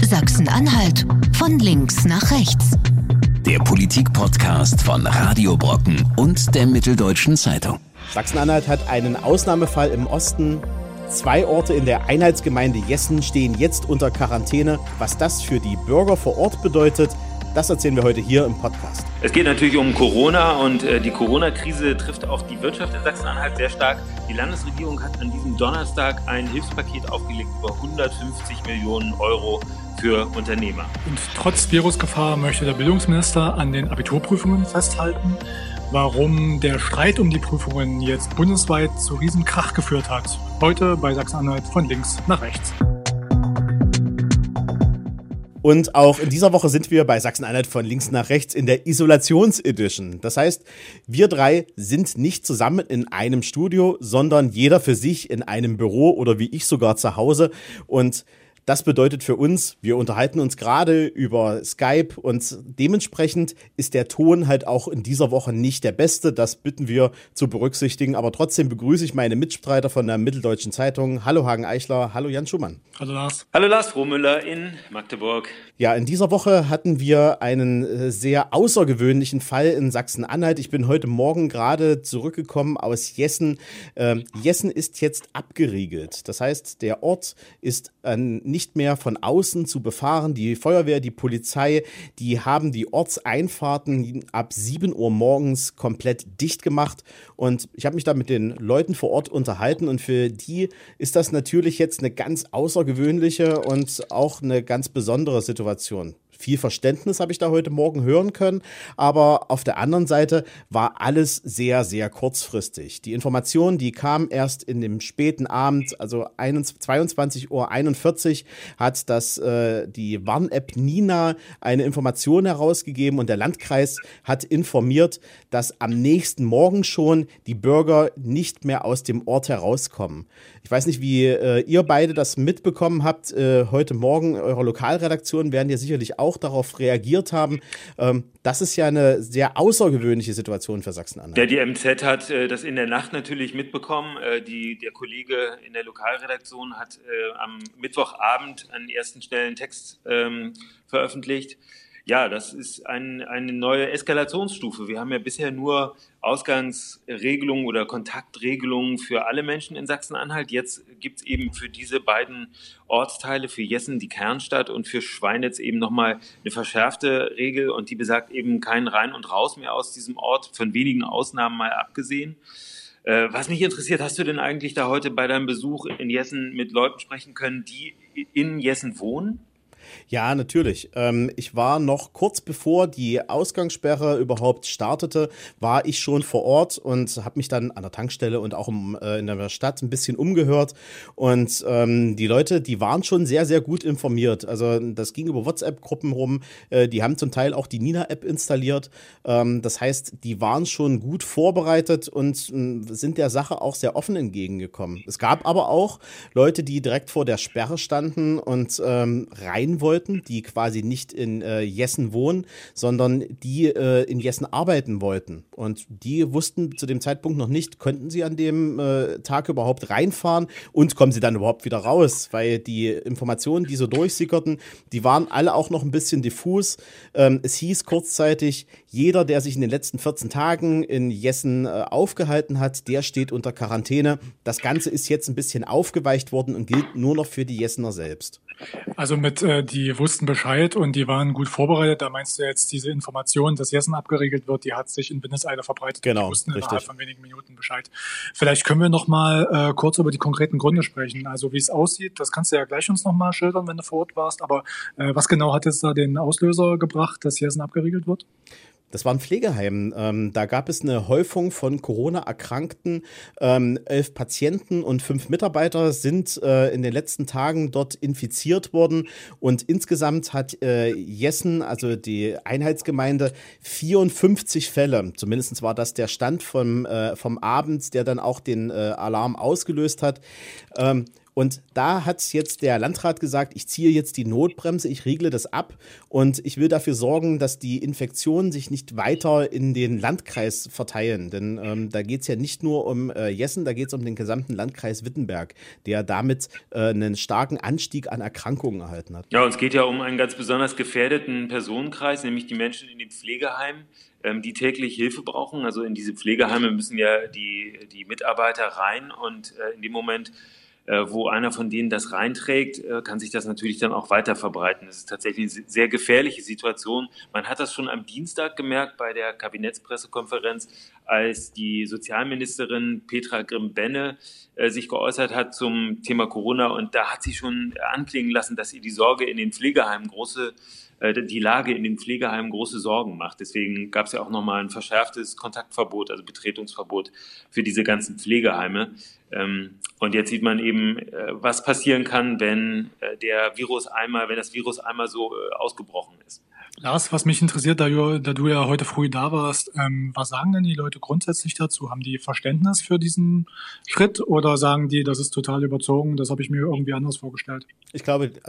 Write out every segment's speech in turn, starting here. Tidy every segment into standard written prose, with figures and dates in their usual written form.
Sachsen-Anhalt von links nach rechts. Der Politik-Podcast von Radio Brocken und der Mitteldeutschen Zeitung. Sachsen-Anhalt hat einen Ausnahmefall im Osten. 2 Orte in der Einheitsgemeinde Jessen stehen jetzt unter Quarantäne. Was das für die Bürger vor Ort bedeutet, das erzählen wir heute hier im Podcast. Es geht natürlich um Corona und die Corona-Krise trifft auch die Wirtschaft in Sachsen-Anhalt sehr stark. Die Landesregierung hat an diesem Donnerstag ein Hilfspaket aufgelegt über 150 Millionen Euro für Unternehmer. Und trotz Virusgefahr möchte der Bildungsminister an den Abiturprüfungen festhalten. Warum der Streit um die Prüfungen jetzt bundesweit zu Riesenkrach geführt hat. Heute bei Sachsen-Anhalt von links nach rechts. Und auch in dieser Woche sind wir bei Sachsen-Anhalt von links nach rechts in der Isolations-Edition. Das heißt, wir 3 sind nicht zusammen in einem Studio, sondern jeder für sich in einem Büro oder wie ich sogar zu Hause. Und das bedeutet für uns, wir unterhalten uns gerade über Skype und dementsprechend ist der Ton halt auch in dieser Woche nicht der beste. Das bitten wir zu berücksichtigen. Aber trotzdem begrüße ich meine Mitstreiter von der Mitteldeutschen Zeitung. Hallo Hagen Eichler, hallo Jan Schumann. Hallo Lars. Hallo Lars Frohmüller in Magdeburg. Ja, in dieser Woche hatten wir einen sehr außergewöhnlichen Fall in Sachsen-Anhalt. Ich bin heute Morgen gerade zurückgekommen aus Jessen. Jessen ist jetzt abgeriegelt. Das heißt, der Ort ist nicht mehr von außen zu befahren. Die Feuerwehr, die Polizei, die haben die Ortseinfahrten ab 7 Uhr morgens komplett dicht gemacht. Und ich habe mich da mit den Leuten vor Ort unterhalten. Und für die ist das natürlich jetzt eine ganz außergewöhnliche und auch eine ganz besondere Situation. Viel Verständnis habe ich da heute Morgen hören können, aber auf der anderen Seite war alles sehr, sehr kurzfristig. Die Information, die kam erst in dem späten Abend, also 22:41 Uhr hat die Warn-App Nina eine Information herausgegeben und der Landkreis hat informiert, dass am nächsten Morgen schon die Bürger nicht mehr aus dem Ort herauskommen. Ich weiß nicht, wie ihr beide das mitbekommen habt. Heute Morgen, eure Lokalredaktionen werden ja sicherlich auch darauf reagiert haben. Das ist ja eine sehr außergewöhnliche Situation für Sachsen-Anhalt. Ja, die MZ hat das in der Nacht natürlich mitbekommen. Der Kollege in der Lokalredaktion hat am Mittwochabend einen ersten schnellen Text veröffentlicht. Ja, das ist eine neue Eskalationsstufe. Wir haben ja bisher nur Ausgangsregelungen oder Kontaktregelungen für alle Menschen in Sachsen-Anhalt. Jetzt gibt es eben für diese beiden Ortsteile, für Jessen die Kernstadt und für Schweinitz eben nochmal eine verschärfte Regel und die besagt eben kein Rein und Raus mehr aus diesem Ort, von wenigen Ausnahmen mal abgesehen. Was mich interessiert, hast du denn eigentlich da heute bei deinem Besuch in Jessen mit Leuten sprechen können, die in Jessen wohnen? Ja, natürlich. Ich war noch kurz bevor die Ausgangssperre überhaupt startete, war ich schon vor Ort und habe mich dann an der Tankstelle und auch in der Stadt ein bisschen umgehört. Und die Leute, die waren schon sehr, sehr gut informiert. Also das ging über WhatsApp-Gruppen rum. Die haben zum Teil auch die Nina-App installiert. Das heißt, die waren schon gut vorbereitet und sind der Sache auch sehr offen entgegengekommen. Es gab aber auch Leute, die direkt vor der Sperre standen und rein wollten, die quasi nicht in Jessen wohnen, sondern die in Jessen arbeiten wollten. Und die wussten zu dem Zeitpunkt noch nicht, könnten sie an dem Tag überhaupt reinfahren und kommen sie dann überhaupt wieder raus, weil die Informationen, die so durchsickerten, die waren alle auch noch ein bisschen diffus. Es hieß kurzzeitig, jeder, der sich in den letzten 14 Tagen in Jessen aufgehalten hat, der steht unter Quarantäne. Das Ganze ist jetzt ein bisschen aufgeweicht worden und gilt nur noch für die Jessener selbst. Also die wussten Bescheid und die waren gut vorbereitet. Da meinst du jetzt diese Information, dass Jessen abgeriegelt wird, die hat sich in Windeseile verbreitet. Genau, die wussten richtig. Innerhalb von wenigen Minuten Bescheid. Vielleicht können wir noch mal kurz über die konkreten Gründe sprechen. Also wie es aussieht, das kannst du ja gleich uns noch mal schildern, wenn du vor Ort warst. Aber was genau hat jetzt da den Auslöser gebracht, dass Jessen abgeriegelt wird? Das war ein Pflegeheim. Da gab es eine Häufung von Corona-Erkrankten. 11 Patienten und 5 Mitarbeiter sind in den letzten Tagen dort infiziert worden. Und insgesamt hat Jessen, also die Einheitsgemeinde, 54 Fälle. Zumindest war das der Stand vom Abend, der dann auch den Alarm ausgelöst hat. Und da hat jetzt der Landrat gesagt, ich ziehe jetzt die Notbremse, ich regle das ab und ich will dafür sorgen, dass die Infektionen sich nicht weiter in den Landkreis verteilen. Denn da geht es ja nicht nur um Jessen, da geht es um den gesamten Landkreis Wittenberg, der damit einen starken Anstieg an Erkrankungen erhalten hat. Ja, und es geht ja um einen ganz besonders gefährdeten Personenkreis, nämlich die Menschen in den Pflegeheimen, die täglich Hilfe brauchen. Also in diese Pflegeheime müssen ja die Mitarbeiter rein und in dem Moment, wo einer von denen das reinträgt, kann sich das natürlich dann auch weiter verbreiten. Das ist tatsächlich eine sehr gefährliche Situation. Man hat das schon am Dienstag gemerkt bei der Kabinettspressekonferenz, als die Sozialministerin Petra Grimm-Benne sich geäußert hat zum Thema Corona. Und da hat sie schon anklingen lassen, dass ihr die Sorge in den Pflegeheimen die Lage in den Pflegeheimen große Sorgen macht. Deswegen gab es ja auch nochmal ein verschärftes Kontaktverbot, also Betretungsverbot für diese ganzen Pflegeheime. Und jetzt sieht man eben, was passieren kann, wenn das Virus einmal so ausgebrochen ist. Lars, was mich interessiert, da du ja heute früh da warst, was sagen denn die Leute grundsätzlich dazu? Haben die Verständnis für diesen Schritt oder sagen die, das ist total überzogen, das habe ich mir irgendwie anders vorgestellt? Ich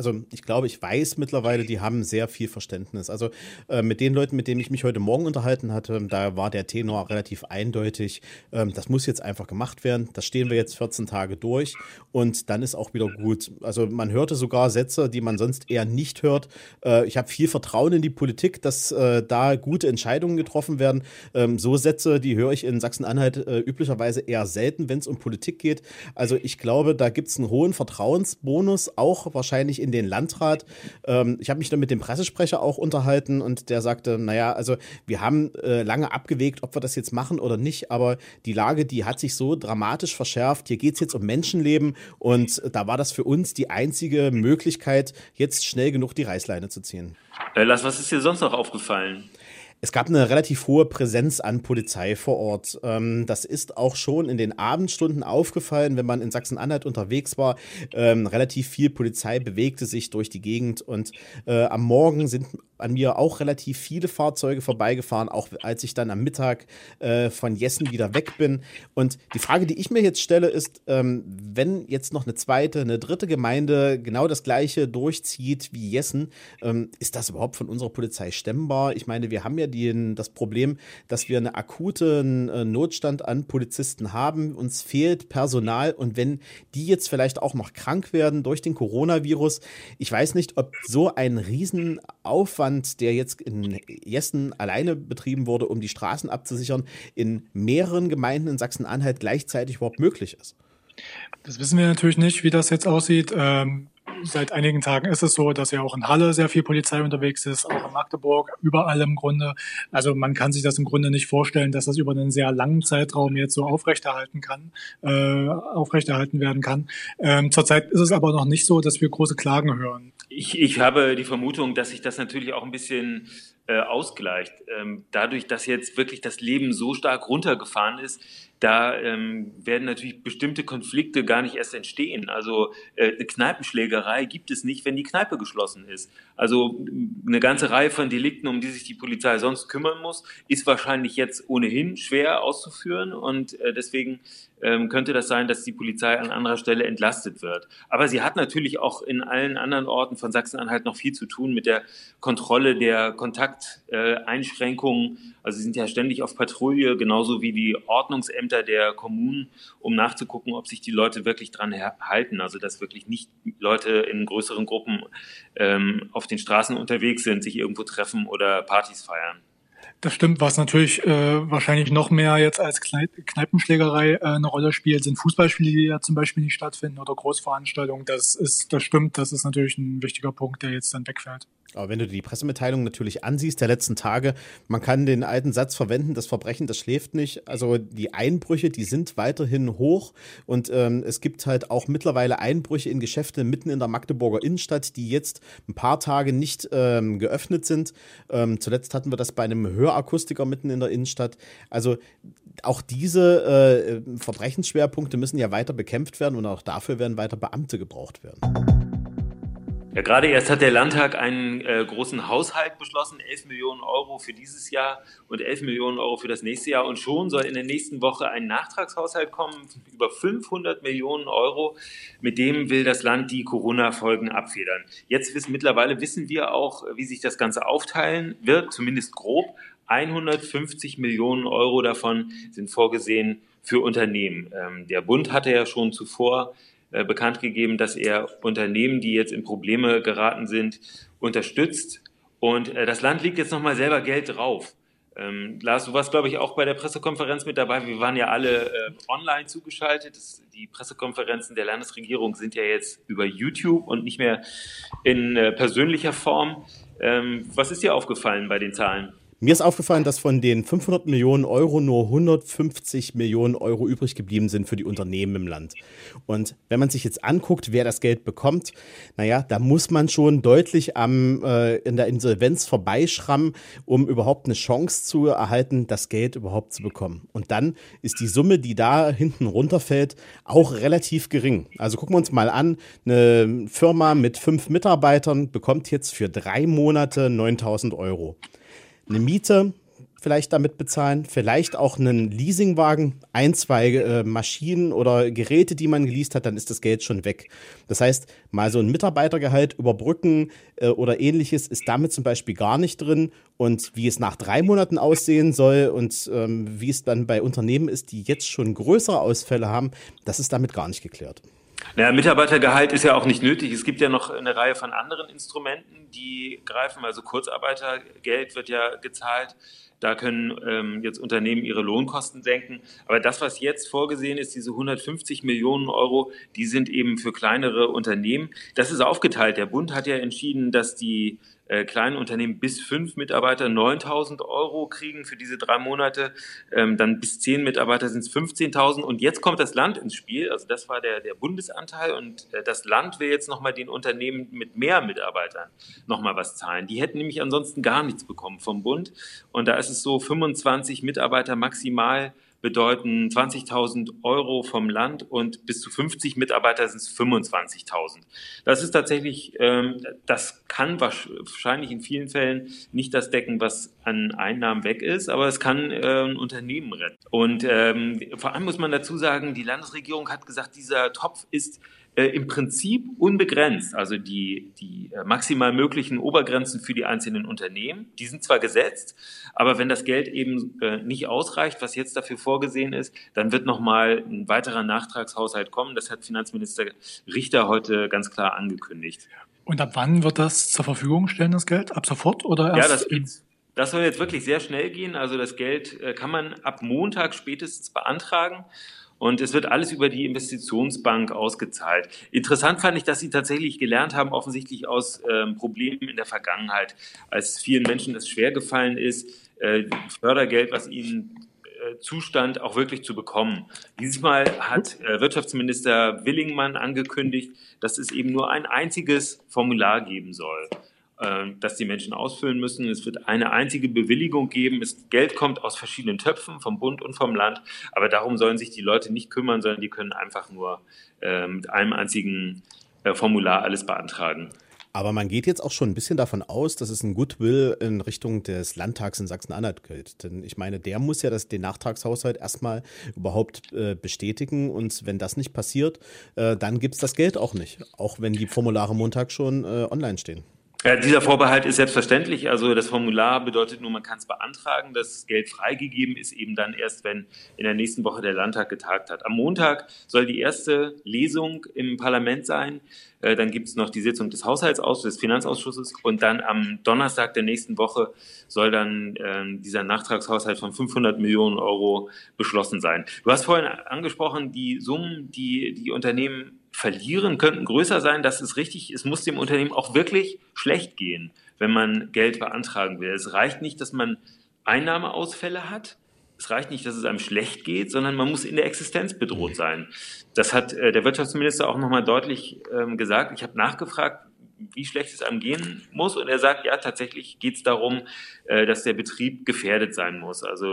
weiß mittlerweile, die haben sehr viel Verständnis. Also mit den Leuten, mit denen ich mich heute Morgen unterhalten hatte, da war der Tenor relativ eindeutig. Das muss jetzt einfach gemacht werden. Das stehen wir jetzt 14 Tage durch und dann ist auch wieder gut. Also man hörte sogar Sätze, die man sonst eher nicht hört. Ich habe viel Vertrauen in die Politik, dass da gute Entscheidungen getroffen werden. So Sätze, die höre ich in Sachsen-Anhalt üblicherweise eher selten, wenn es um Politik geht. Also ich glaube, da gibt es einen hohen Vertrauensbonus, auch wahrscheinlich in den Landrat. Ich habe mich dann mit dem Pressesprecher auch unterhalten und der sagte, naja, also wir haben lange abgewegt, ob wir das jetzt machen oder nicht, aber die Lage, die hat sich so dramatisch verschärft. Hier geht es jetzt um Menschenleben und da war das für uns die einzige Möglichkeit, jetzt schnell genug die Reißleine zu ziehen. Lars, was ist dir sonst noch aufgefallen? Es gab eine relativ hohe Präsenz an Polizei vor Ort. Das ist auch schon in den Abendstunden aufgefallen, wenn man in Sachsen-Anhalt unterwegs war. Relativ viel Polizei bewegte sich durch die Gegend und am Morgen sind an mir auch relativ viele Fahrzeuge vorbeigefahren, auch als ich dann am Mittag von Jessen wieder weg bin. Und die Frage, die ich mir jetzt stelle, ist, wenn jetzt noch eine dritte Gemeinde genau das Gleiche durchzieht wie Jessen, ist das überhaupt von unserer Polizei stemmbar? Ich meine, wir haben ja das Problem, dass wir einen akuten Notstand an Polizisten haben. Uns fehlt Personal und wenn die jetzt vielleicht auch noch krank werden durch den Coronavirus, ich weiß nicht, ob so ein Riesenaufwand, der jetzt in Jessen alleine betrieben wurde, um die Straßen abzusichern, in mehreren Gemeinden in Sachsen-Anhalt gleichzeitig überhaupt möglich ist. Das wissen wir natürlich nicht, wie das jetzt aussieht. Seit einigen Tagen ist es so, dass ja auch in Halle sehr viel Polizei unterwegs ist, auch in Magdeburg, überall im Grunde. Also man kann sich das im Grunde nicht vorstellen, dass das über einen sehr langen Zeitraum jetzt so aufrechterhalten werden kann. Zurzeit ist es aber noch nicht so, dass wir große Klagen hören. Ich habe die Vermutung, dass sich das natürlich auch ein bisschen ausgleicht. Dadurch, dass jetzt wirklich das Leben so stark runtergefahren ist, da werden natürlich bestimmte Konflikte gar nicht erst entstehen. Also eine Kneipenschlägerei gibt es nicht, wenn die Kneipe geschlossen ist. Also eine ganze Reihe von Delikten, um die sich die Polizei sonst kümmern muss, ist wahrscheinlich jetzt ohnehin schwer auszuführen und deswegen könnte das sein, dass die Polizei an anderer Stelle entlastet wird. Aber sie hat natürlich auch in allen anderen Orten von Sachsen-Anhalt noch viel zu tun mit der Kontrolle der Kontakteinschränkungen. Also sie sind ja ständig auf Patrouille, genauso wie die Ordnungsämter der Kommunen, um nachzugucken, ob sich die Leute wirklich dran halten. Also dass wirklich nicht Leute in größeren Gruppen auf den Straßen unterwegs sind, sich irgendwo treffen oder Partys feiern. Das stimmt, was natürlich wahrscheinlich noch mehr jetzt als Kneipenschlägerei eine Rolle spielt, sind Fußballspiele, die ja zum Beispiel nicht stattfinden oder Großveranstaltungen. Das stimmt, das ist natürlich ein wichtiger Punkt, der jetzt dann wegfällt. Aber wenn du die Pressemitteilung natürlich ansiehst der letzten Tage, man kann den alten Satz verwenden, das Verbrechen, das schläft nicht. Also die Einbrüche, die sind weiterhin hoch und es gibt halt auch mittlerweile Einbrüche in Geschäfte mitten in der Magdeburger Innenstadt, die jetzt ein paar Tage nicht geöffnet sind. Zuletzt hatten wir das bei einem Hörakustiker mitten in der Innenstadt. Also auch diese Verbrechensschwerpunkte müssen ja weiter bekämpft werden und auch dafür werden weiter Beamte gebraucht werden. Ja, gerade erst hat der Landtag einen großen Haushalt beschlossen, 11 Millionen Euro für dieses Jahr und 11 Millionen Euro für das nächste Jahr. Und schon soll in der nächsten Woche ein Nachtragshaushalt kommen, über 500 Millionen Euro. Mit dem will das Land die Corona-Folgen abfedern. Mittlerweile wissen wir auch, wie sich das Ganze aufteilen wird, zumindest grob. 150 Millionen Euro davon sind vorgesehen für Unternehmen. Der Bund hatte ja schon zuvor bekannt gegeben, dass er Unternehmen, die jetzt in Probleme geraten sind, unterstützt. Und das Land legt jetzt nochmal selber Geld drauf. Lars, du warst, glaube ich, auch bei der Pressekonferenz mit dabei. Wir waren ja alle online zugeschaltet. Die Pressekonferenzen der Landesregierung sind ja jetzt über YouTube und nicht mehr in persönlicher Form. Was ist dir aufgefallen bei den Zahlen? Mir ist aufgefallen, dass von den 500 Millionen Euro nur 150 Millionen Euro übrig geblieben sind für die Unternehmen im Land. Und wenn man sich jetzt anguckt, wer das Geld bekommt, naja, da muss man schon deutlich in der Insolvenz vorbeischrammen, um überhaupt eine Chance zu erhalten, das Geld überhaupt zu bekommen. Und dann ist die Summe, die da hinten runterfällt, auch relativ gering. Also gucken wir uns mal an, eine Firma mit 5 Mitarbeitern bekommt jetzt für 3 Monate 9.000 Euro. Eine Miete vielleicht damit bezahlen, vielleicht auch einen Leasingwagen, 2 Maschinen oder Geräte, die man geleast hat, dann ist das Geld schon weg. Das heißt, mal so ein Mitarbeitergehalt überbrücken oder ähnliches ist damit zum Beispiel gar nicht drin. Und wie es nach 3 Monaten aussehen soll und wie es dann bei Unternehmen ist, die jetzt schon größere Ausfälle haben, das ist damit gar nicht geklärt. Naja, Mitarbeitergehalt ist ja auch nicht nötig. Es gibt ja noch eine Reihe von anderen Instrumenten, die greifen. Also Kurzarbeitergeld wird ja gezahlt. Da können jetzt Unternehmen ihre Lohnkosten senken. Aber das, was jetzt vorgesehen ist, diese 150 Millionen Euro, die sind eben für kleinere Unternehmen. Das ist aufgeteilt. Der Bund hat ja entschieden, dass die kleinen Unternehmen bis 5 Mitarbeiter 9.000 Euro kriegen für diese 3 Monate. Dann bis 10 Mitarbeiter sind es 15.000. Und jetzt kommt das Land ins Spiel. Also das war der Bundesanteil. Und das Land will jetzt nochmal den Unternehmen mit mehr Mitarbeitern nochmal was zahlen. Die hätten nämlich ansonsten gar nichts bekommen vom Bund. Und da ist es so, 25 Mitarbeiter maximal bedeuten 20.000 Euro vom Land und bis zu 50 Mitarbeiter sind es 25.000. Das ist tatsächlich, das kann wahrscheinlich in vielen Fällen nicht das decken, was an Einnahmen weg ist, aber es kann ein Unternehmen retten. Und vor allem muss man dazu sagen, die Landesregierung hat gesagt, dieser Topf ist im Prinzip unbegrenzt. Also die maximal möglichen Obergrenzen für die einzelnen Unternehmen, die sind zwar gesetzt, aber wenn das Geld eben nicht ausreicht, was jetzt dafür vorgesehen ist, dann wird nochmal ein weiterer Nachtragshaushalt kommen. Das hat Finanzminister Richter heute ganz klar angekündigt. Und ab wann wird das zur Verfügung stellen, das Geld? Ab sofort oder erst? Ja, das soll jetzt wirklich sehr schnell gehen. Also das Geld kann man ab Montag spätestens beantragen. Und es wird alles über die Investitionsbank ausgezahlt. Interessant fand ich, dass sie tatsächlich gelernt haben, offensichtlich aus Problemen in der Vergangenheit, als vielen Menschen das schwer gefallen ist, Fördergeld, was ihnen zustand, auch wirklich zu bekommen. Dieses Mal hat Wirtschaftsminister Willingmann angekündigt, dass es eben nur ein einziges Formular geben soll, das die Menschen ausfüllen müssen. Es wird eine einzige Bewilligung geben. Das Geld kommt aus verschiedenen Töpfen, vom Bund und vom Land. Aber darum sollen sich die Leute nicht kümmern, sondern die können einfach nur mit einem einzigen Formular alles beantragen. Aber man geht jetzt auch schon ein bisschen davon aus, dass es ein Goodwill in Richtung des Landtags in Sachsen-Anhalt gilt. Denn ich meine, der muss ja den Nachtragshaushalt erstmal überhaupt bestätigen. Und wenn das nicht passiert, dann gibt es das Geld auch nicht. Auch wenn die Formulare Montag schon online stehen. Ja, dieser Vorbehalt ist selbstverständlich. Also das Formular bedeutet nur, man kann es beantragen. Das Geld freigegeben ist eben dann erst, wenn in der nächsten Woche der Landtag getagt hat. Am Montag soll die erste Lesung im Parlament sein. Dann gibt es noch die Sitzung des Haushaltsausschusses, des Finanzausschusses. Und dann am Donnerstag der nächsten Woche soll dann dieser Nachtragshaushalt von 500 Millionen Euro beschlossen sein. Du hast vorhin angesprochen, die Summen, die Unternehmen verlieren, könnten größer sein. Das ist richtig. Es muss dem Unternehmen auch wirklich schlecht gehen, wenn man Geld beantragen will. Es reicht nicht, dass man Einnahmeausfälle hat. Es reicht nicht, dass es einem schlecht geht, sondern man muss in der Existenz bedroht sein. Das hat der Wirtschaftsminister auch nochmal deutlich gesagt. Ich habe nachgefragt, wie schlecht es einem gehen muss. Und er sagt, ja, tatsächlich geht es darum, dass der Betrieb gefährdet sein muss. Also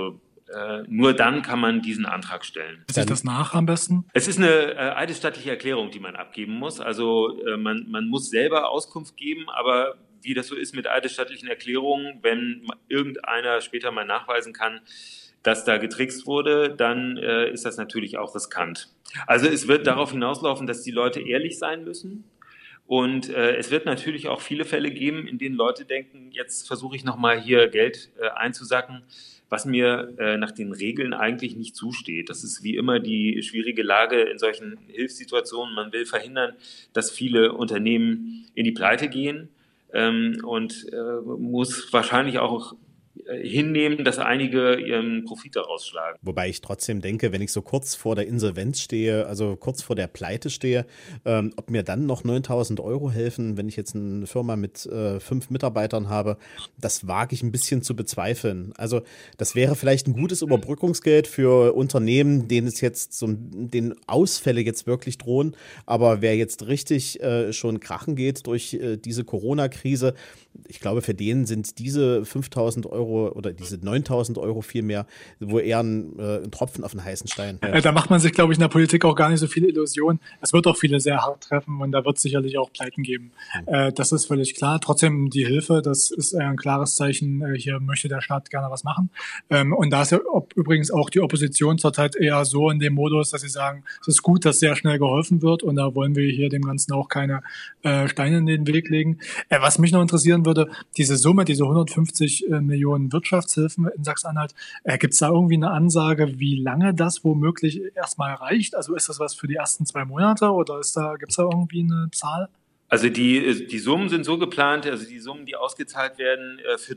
nur dann kann man diesen Antrag stellen. Wie sieht das nach am besten? Es ist eine eidesstattliche Erklärung, die man abgeben muss. Also man muss selber Auskunft geben, aber wie das so ist mit eidesstattlichen Erklärungen, wenn irgendeiner später mal nachweisen kann, dass da getrickst wurde, dann ist das natürlich auch riskant. Also es wird darauf hinauslaufen, dass die Leute ehrlich sein müssen. Und es wird natürlich auch viele Fälle geben, in denen Leute denken, jetzt versuche ich nochmal hier Geld einzusacken, was mir nach den Regeln eigentlich nicht zusteht. Das ist wie immer die schwierige Lage in solchen Hilfssituationen. Man will verhindern, dass viele Unternehmen in die Pleite gehen und muss wahrscheinlich auch hinnehmen, dass einige ihren Profit daraus schlagen. Wobei ich trotzdem denke, wenn ich so kurz vor der Insolvenz stehe, also kurz vor der Pleite stehe, ob mir dann noch 9.000 Euro helfen, wenn ich jetzt eine Firma mit 5 Mitarbeitern habe, das wage ich ein bisschen zu bezweifeln. Also das wäre vielleicht ein gutes Überbrückungsgeld für Unternehmen, denen es jetzt den Ausfälle jetzt wirklich drohen, aber wer jetzt richtig schon krachen geht durch diese Corona-Krise, ich glaube, für den sind diese 5.000 Euro oder diese 9.000 Euro vielmehr wohl eher ein Tropfen auf den heißen Stein. Da macht man sich, glaube ich, in der Politik auch gar nicht so viele Illusionen. Es wird auch viele sehr hart treffen und da wird es sicherlich auch Pleiten geben. Das ist völlig klar. Trotzdem die Hilfe, das ist ein klares Zeichen, hier möchte der Staat gerne was machen. Und da ist ja übrigens auch die Opposition zurzeit eher so in dem Modus, dass sie sagen, es ist gut, dass sehr schnell geholfen wird und da wollen wir hier dem Ganzen auch keine Steine in den Weg legen. Was mich noch interessieren würde, diese Summe, diese 150 Millionen Wirtschaftshilfen in Sachsen-Anhalt, gibt es da irgendwie eine Ansage, wie lange das womöglich erstmal reicht? Also ist das was für die ersten 2 Monate oder gibt es da irgendwie eine Zahl? Also die Summen sind so geplant, also die Summen, die ausgezahlt werden, für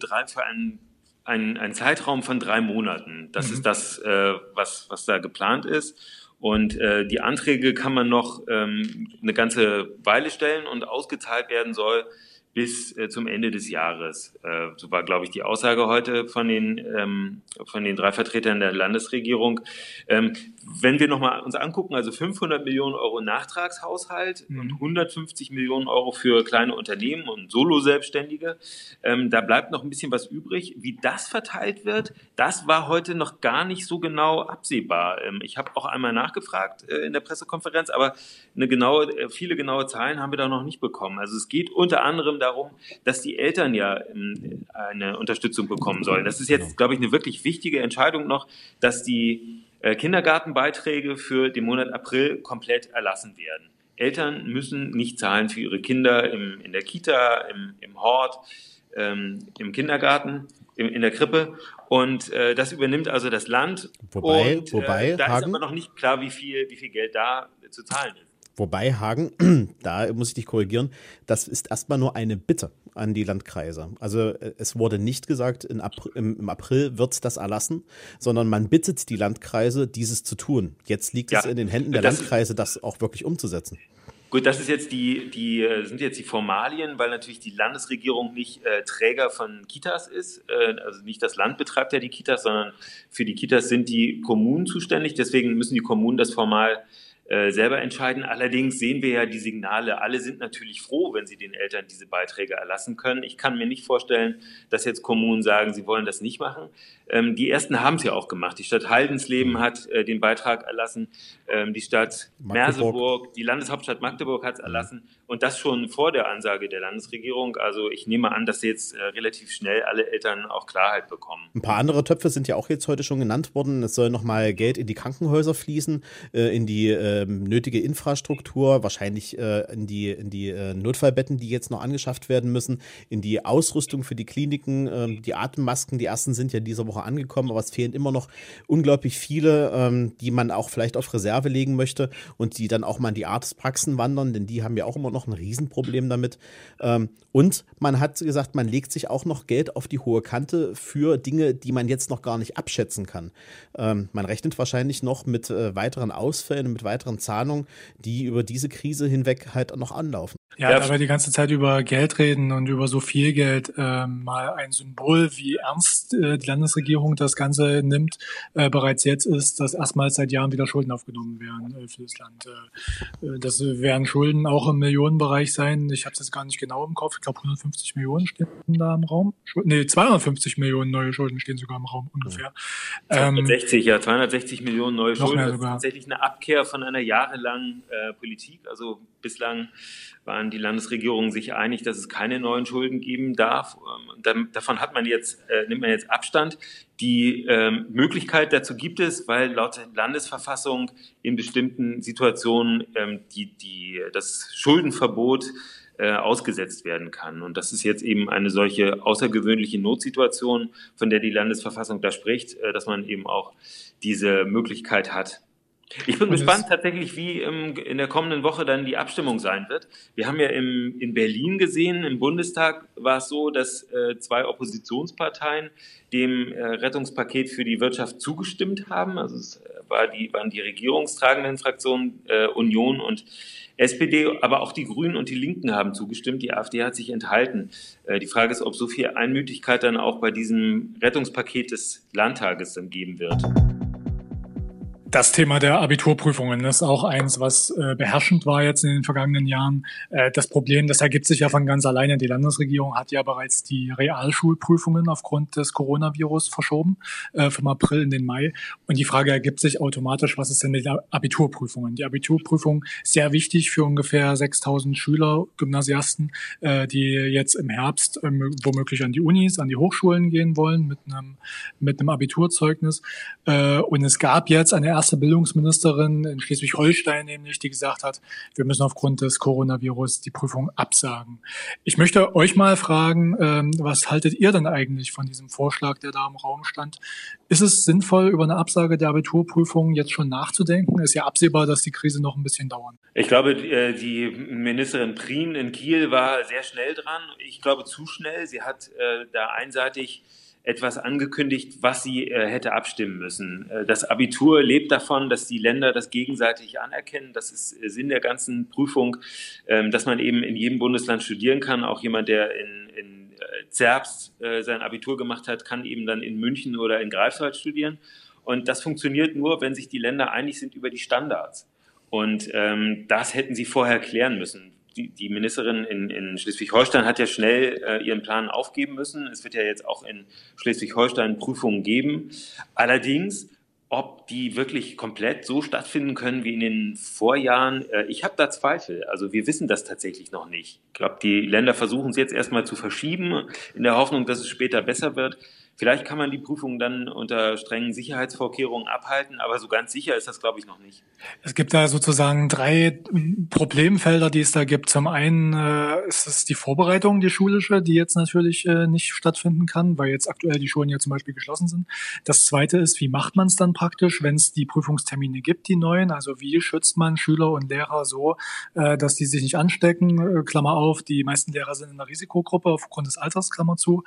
einen Zeitraum von 3 Monaten. Das ist das, was da geplant ist. Und die Anträge kann man noch eine ganze Weile stellen und ausgezahlt werden soll bis zum Ende des Jahres. So war, glaube ich, die Aussage heute von den 3 Vertretern der Landesregierung. Wenn wir nochmal uns angucken, also 500 Millionen Euro Nachtragshaushalt und 150 Millionen Euro für kleine Unternehmen und Solo-Selbstständige, da bleibt noch ein bisschen was übrig. Wie das verteilt wird, das war heute noch gar nicht so genau absehbar. Ich habe auch einmal nachgefragt in der Pressekonferenz, aber viele genaue Zahlen haben wir da noch nicht bekommen. Also es geht unter anderem darum, dass die Eltern ja eine Unterstützung bekommen sollen. Das ist jetzt, glaube ich, eine wirklich wichtige Entscheidung noch, dass die Kindergartenbeiträge für den Monat April komplett erlassen werden. Eltern müssen nicht zahlen für ihre Kinder in der Kita, im Hort, im Kindergarten, in der Krippe. Und das übernimmt also das Land. Wobei, da Hagen, ist aber noch nicht klar, wie viel Geld da zu zahlen ist. Wobei, Hagen, da muss ich dich korrigieren, das ist erstmal nur eine Bitte an die Landkreise. Also es wurde nicht gesagt, im April wird das erlassen, sondern man bittet die Landkreise, dieses zu tun. Jetzt liegt es in den Händen der Landkreise, das auch wirklich umzusetzen. Gut, das ist jetzt sind jetzt die Formalien, weil natürlich die Landesregierung nicht Träger von Kitas ist. Also nicht das Land betreibt ja die Kitas, sondern für die Kitas sind die Kommunen zuständig. Deswegen müssen die Kommunen das formal selber entscheiden. Allerdings sehen wir ja die Signale. Alle sind natürlich froh, wenn sie den Eltern diese Beiträge erlassen können. Ich kann mir nicht vorstellen, dass jetzt Kommunen sagen, sie wollen das nicht machen. Die ersten haben es ja auch gemacht. Die Stadt Haldensleben hat den Beitrag erlassen. Die Stadt Merseburg, die Landeshauptstadt Magdeburg hat es erlassen. Und das schon vor der Ansage der Landesregierung. Also ich nehme an, dass jetzt relativ schnell alle Eltern auch Klarheit bekommen. Ein paar andere Töpfe sind ja auch jetzt heute schon genannt worden. Es soll nochmal Geld in die Krankenhäuser fließen, in die nötige Infrastruktur, wahrscheinlich in die Notfallbetten, die jetzt noch angeschafft werden müssen, in die Ausrüstung für die Kliniken, die Atemmasken, die ersten sind ja diese Woche angekommen, aber es fehlen immer noch unglaublich viele, die man auch vielleicht auf Reserve legen möchte und die dann auch mal in die Arztpraxen wandern, denn die haben ja auch immer noch ein Riesenproblem damit. Und man hat gesagt, man legt sich auch noch Geld auf die hohe Kante für Dinge, die man jetzt noch gar nicht abschätzen kann. Man rechnet wahrscheinlich noch mit weiteren Ausfällen, mit weiteren weiteren Zahlungen, die über diese Krise hinweg halt noch anlaufen. Ja, da wir die ganze Zeit über Geld reden und über so viel Geld, mal ein Symbol, wie ernst die Landesregierung das Ganze nimmt, bereits jetzt ist, dass erstmals seit Jahren wieder Schulden aufgenommen werden für das Land. Das werden Schulden auch im Millionenbereich sein. Ich habe es jetzt gar nicht genau im Kopf. Ich glaube, 150 Millionen stehen da im Raum. 250 Millionen neue Schulden stehen sogar im Raum ungefähr. 260 Millionen neue Schulden. Mehr das sogar. ist tatsächlich eine Abkehr von einer jahrelangen Politik. Also bislang waren die Landesregierungen sich einig, dass es keine neuen Schulden geben darf. Davon nimmt man jetzt Abstand. Die Möglichkeit dazu gibt es, weil laut der Landesverfassung in bestimmten Situationen das Schuldenverbot ausgesetzt werden kann. Und das ist jetzt eben eine solche außergewöhnliche Notsituation, von der die Landesverfassung da spricht, dass man eben auch diese Möglichkeit hat. Ich bin gespannt tatsächlich, wie in der kommenden Woche dann die Abstimmung sein wird. Wir haben ja in Berlin gesehen, im Bundestag war es so, dass 2 Oppositionsparteien dem Rettungspaket für die Wirtschaft zugestimmt haben. Also es waren die regierungstragenden Fraktionen Union und SPD, aber auch die Grünen und die Linken haben zugestimmt. Die AfD hat sich enthalten. Die Frage ist, ob so viel Einmütigkeit dann auch bei diesem Rettungspaket des Landtages dann geben wird. Das Thema der Abiturprüfungen ist auch eins, was beherrschend war jetzt in den vergangenen Jahren. Das Problem, das ergibt sich ja von ganz alleine. Die Landesregierung hat ja bereits die Realschulprüfungen aufgrund des Coronavirus verschoben, vom April in den Mai. Und die Frage ergibt sich automatisch, was ist denn mit den Abiturprüfungen? Die Abiturprüfung ist sehr wichtig für ungefähr 6.000 Schüler, Gymnasiasten, die jetzt im Herbst womöglich an die Unis, an die Hochschulen gehen wollen mit einem Abiturzeugnis. Und es gab jetzt eine erste Bildungsministerin in Schleswig-Holstein nämlich, die gesagt hat, wir müssen aufgrund des Coronavirus die Prüfung absagen. Ich möchte euch mal fragen, was haltet ihr denn eigentlich von diesem Vorschlag, der da im Raum stand? Ist es sinnvoll, über eine Absage der Abiturprüfung jetzt schon nachzudenken? Ist ja absehbar, dass die Krise noch ein bisschen dauert. Ich glaube, die Ministerin Prien in Kiel war sehr schnell dran. Ich glaube, zu schnell. Sie hat da einseitig etwas angekündigt, was sie hätte abstimmen müssen. Das Abitur lebt davon, dass die Länder das gegenseitig anerkennen. Das ist Sinn der ganzen Prüfung, dass man eben in jedem Bundesland studieren kann. Auch jemand, der in Zerbst sein Abitur gemacht hat, kann eben dann in München oder in Greifswald studieren. Und das funktioniert nur, wenn sich die Länder einig sind über die Standards. Und das hätten sie vorher klären müssen. Die Ministerin in Schleswig-Holstein hat ja schnell ihren Plan aufgeben müssen. Es wird ja jetzt auch in Schleswig-Holstein Prüfungen geben. Allerdings, ob die wirklich komplett so stattfinden können wie in den Vorjahren, ich habe da Zweifel. Also wir wissen das tatsächlich noch nicht. Ich glaube, die Länder versuchen es jetzt erstmal zu verschieben, in der Hoffnung, dass es später besser wird. Vielleicht kann man die Prüfung dann unter strengen Sicherheitsvorkehrungen abhalten, aber so ganz sicher ist das, glaube ich, noch nicht. Es gibt da sozusagen 3 Problemfelder, die es da gibt. Zum einen ist es die Vorbereitung, die schulische, die jetzt natürlich nicht stattfinden kann, weil jetzt aktuell die Schulen ja zum Beispiel geschlossen sind. Das zweite ist, wie macht man es dann praktisch, wenn es die Prüfungstermine gibt, die neuen? Also wie schützt man Schüler und Lehrer so, dass die sich nicht anstecken? Klammer auf, die meisten Lehrer sind in einer Risikogruppe aufgrund des Alters, Klammer zu.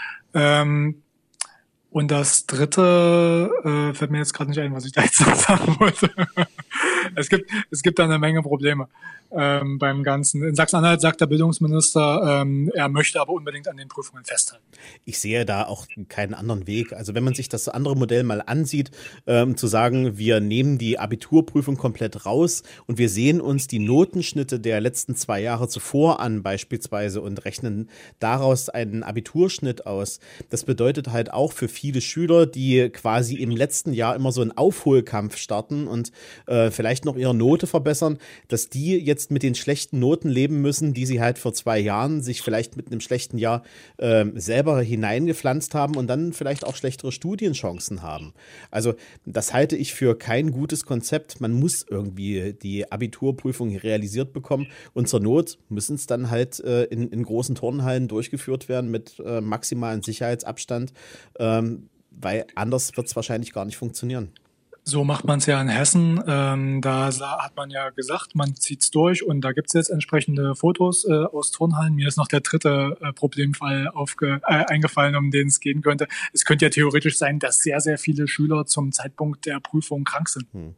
Und das dritte fällt mir jetzt gerade nicht ein, was ich da jetzt noch sagen wollte. Es gibt da eine Menge Probleme beim Ganzen. In Sachsen-Anhalt sagt der Bildungsminister, er möchte aber unbedingt an den Prüfungen festhalten. Ich sehe da auch keinen anderen Weg. Also wenn man sich das andere Modell mal ansieht, zu sagen, wir nehmen die Abiturprüfung komplett raus und wir sehen uns die Notenschnitte der letzten 2 Jahre zuvor an beispielsweise und rechnen daraus einen Abiturschnitt aus. Das bedeutet halt auch für viele Schüler, die quasi im letzten Jahr immer so einen Aufholkampf starten und vielleicht noch ihre Note verbessern, dass die jetzt mit den schlechten Noten leben müssen, die sie halt vor 2 Jahren sich vielleicht mit einem schlechten Jahr selber hineingepflanzt haben und dann vielleicht auch schlechtere Studienchancen haben. Also das halte ich für kein gutes Konzept. Man muss irgendwie die Abiturprüfung realisiert bekommen und zur Not müssen es dann halt in großen Turnhallen durchgeführt werden mit maximalen Sicherheitsabstand, weil anders wird es wahrscheinlich gar nicht funktionieren. So macht man es ja in Hessen. Da hat man ja gesagt, man zieht es durch und da gibt es jetzt entsprechende Fotos aus Turnhallen. Mir ist noch der dritte Problemfall eingefallen, um den es gehen könnte. Es könnte ja theoretisch sein, dass sehr, sehr viele Schüler zum Zeitpunkt der Prüfung krank sind.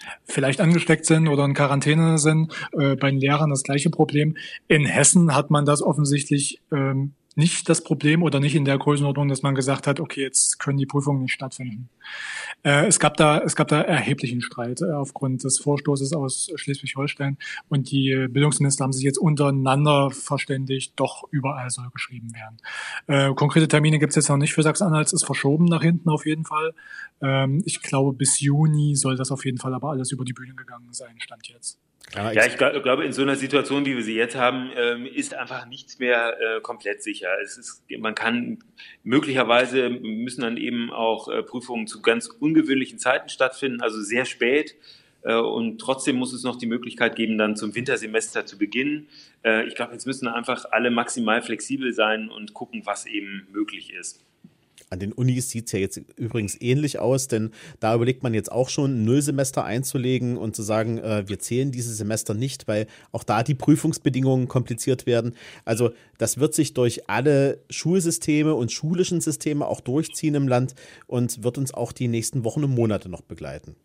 vielleicht angesteckt sind oder in Quarantäne sind. Bei den Lehrern das gleiche Problem. In Hessen hat man das offensichtlich nicht das Problem oder nicht in der Größenordnung, dass man gesagt hat, okay, jetzt können die Prüfungen nicht stattfinden. Es gab da erheblichen Streit aufgrund des Vorstoßes aus Schleswig-Holstein und die Bildungsminister haben sich jetzt untereinander verständigt, doch überall soll geschrieben werden. Konkrete Termine gibt es jetzt noch nicht für Sachsen-Anhalt, es ist verschoben nach hinten auf jeden Fall. Ich glaube, bis Juni soll das auf jeden Fall aber alles über die Bühne gegangen sein, Stand jetzt. Ja, ich glaube, in so einer Situation, wie wir sie jetzt haben, ist einfach nichts mehr komplett sicher. Man kann möglicherweise müssen dann eben auch Prüfungen zu ganz ungewöhnlichen Zeiten stattfinden, also sehr spät. Und trotzdem muss es noch die Möglichkeit geben, dann zum Wintersemester zu beginnen. Ich glaube, jetzt müssen einfach alle maximal flexibel sein und gucken, was eben möglich ist. An den Unis sieht es ja jetzt übrigens ähnlich aus, denn da überlegt man jetzt auch schon, ein Nullsemester einzulegen und zu sagen, wir zählen dieses Semester nicht, weil auch da die Prüfungsbedingungen kompliziert werden. Also das wird sich durch alle Schulsysteme und schulischen Systeme auch durchziehen im Land und wird uns auch die nächsten Wochen und Monate noch begleiten.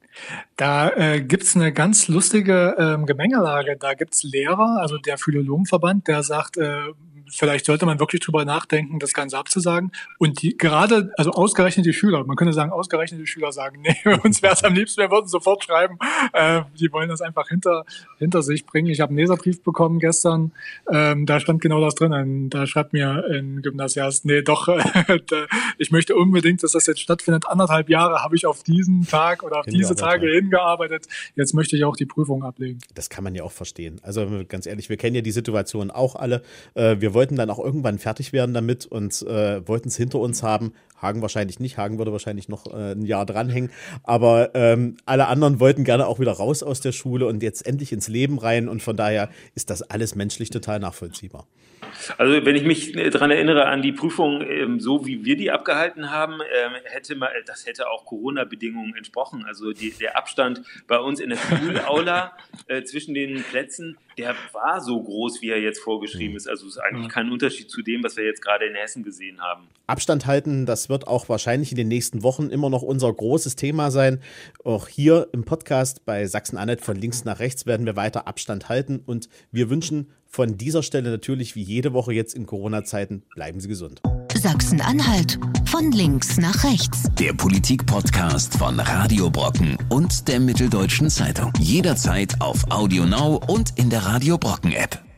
Da gibt's eine ganz lustige Gemengelage. Da gibt's Lehrer, also der Philologenverband, der sagt, vielleicht sollte man wirklich drüber nachdenken, das Ganze abzusagen. Und also ausgerechnet die Schüler, man könnte sagen, ausgerechnet die Schüler sagen, nee, uns wäre es am liebsten, wir würden sofort schreiben. Die wollen das einfach hinter sich bringen. Ich habe einen Leserbrief bekommen gestern, da stand genau das drin. Da schreibt mir ein Gymnasiast, nee, doch, ich möchte unbedingt, dass das jetzt stattfindet. 1,5 Jahre habe ich auf diesen Tag oder auf diese Tage hingearbeitet. Jetzt möchte ich auch die Prüfung ablegen. Das kann man ja auch verstehen. Also ganz ehrlich, wir kennen ja die Situation auch alle. Wir wollten dann auch irgendwann fertig werden damit und wollten es hinter uns haben. Hagen wahrscheinlich nicht. Hagen würde wahrscheinlich noch ein Jahr dranhängen. Aber alle anderen wollten gerne auch wieder raus aus der Schule und jetzt endlich ins Leben rein. Und von daher ist das alles menschlich total nachvollziehbar. Also wenn ich mich daran erinnere an die Prüfung, so wie wir die abgehalten haben, das hätte auch Corona-Bedingungen entsprochen. Also der Abstand bei uns in der Schulaula zwischen den Plätzen, der war so groß, wie er jetzt vorgeschrieben ist. Also es ist eigentlich kein Unterschied zu dem, was wir jetzt gerade in Hessen gesehen haben. Abstand halten, das wird auch wahrscheinlich in den nächsten Wochen immer noch unser großes Thema sein. Auch hier im Podcast bei Sachsen-Anhalt von links nach rechts werden wir weiter Abstand halten und wir wünschen von dieser Stelle natürlich wie jede Woche jetzt in Corona-Zeiten, bleiben Sie gesund. Sachsen-Anhalt von links nach rechts. Der Politik-Podcast von Radio Brocken und der Mitteldeutschen Zeitung. Jederzeit auf Audio Now und in der Radio Brocken App.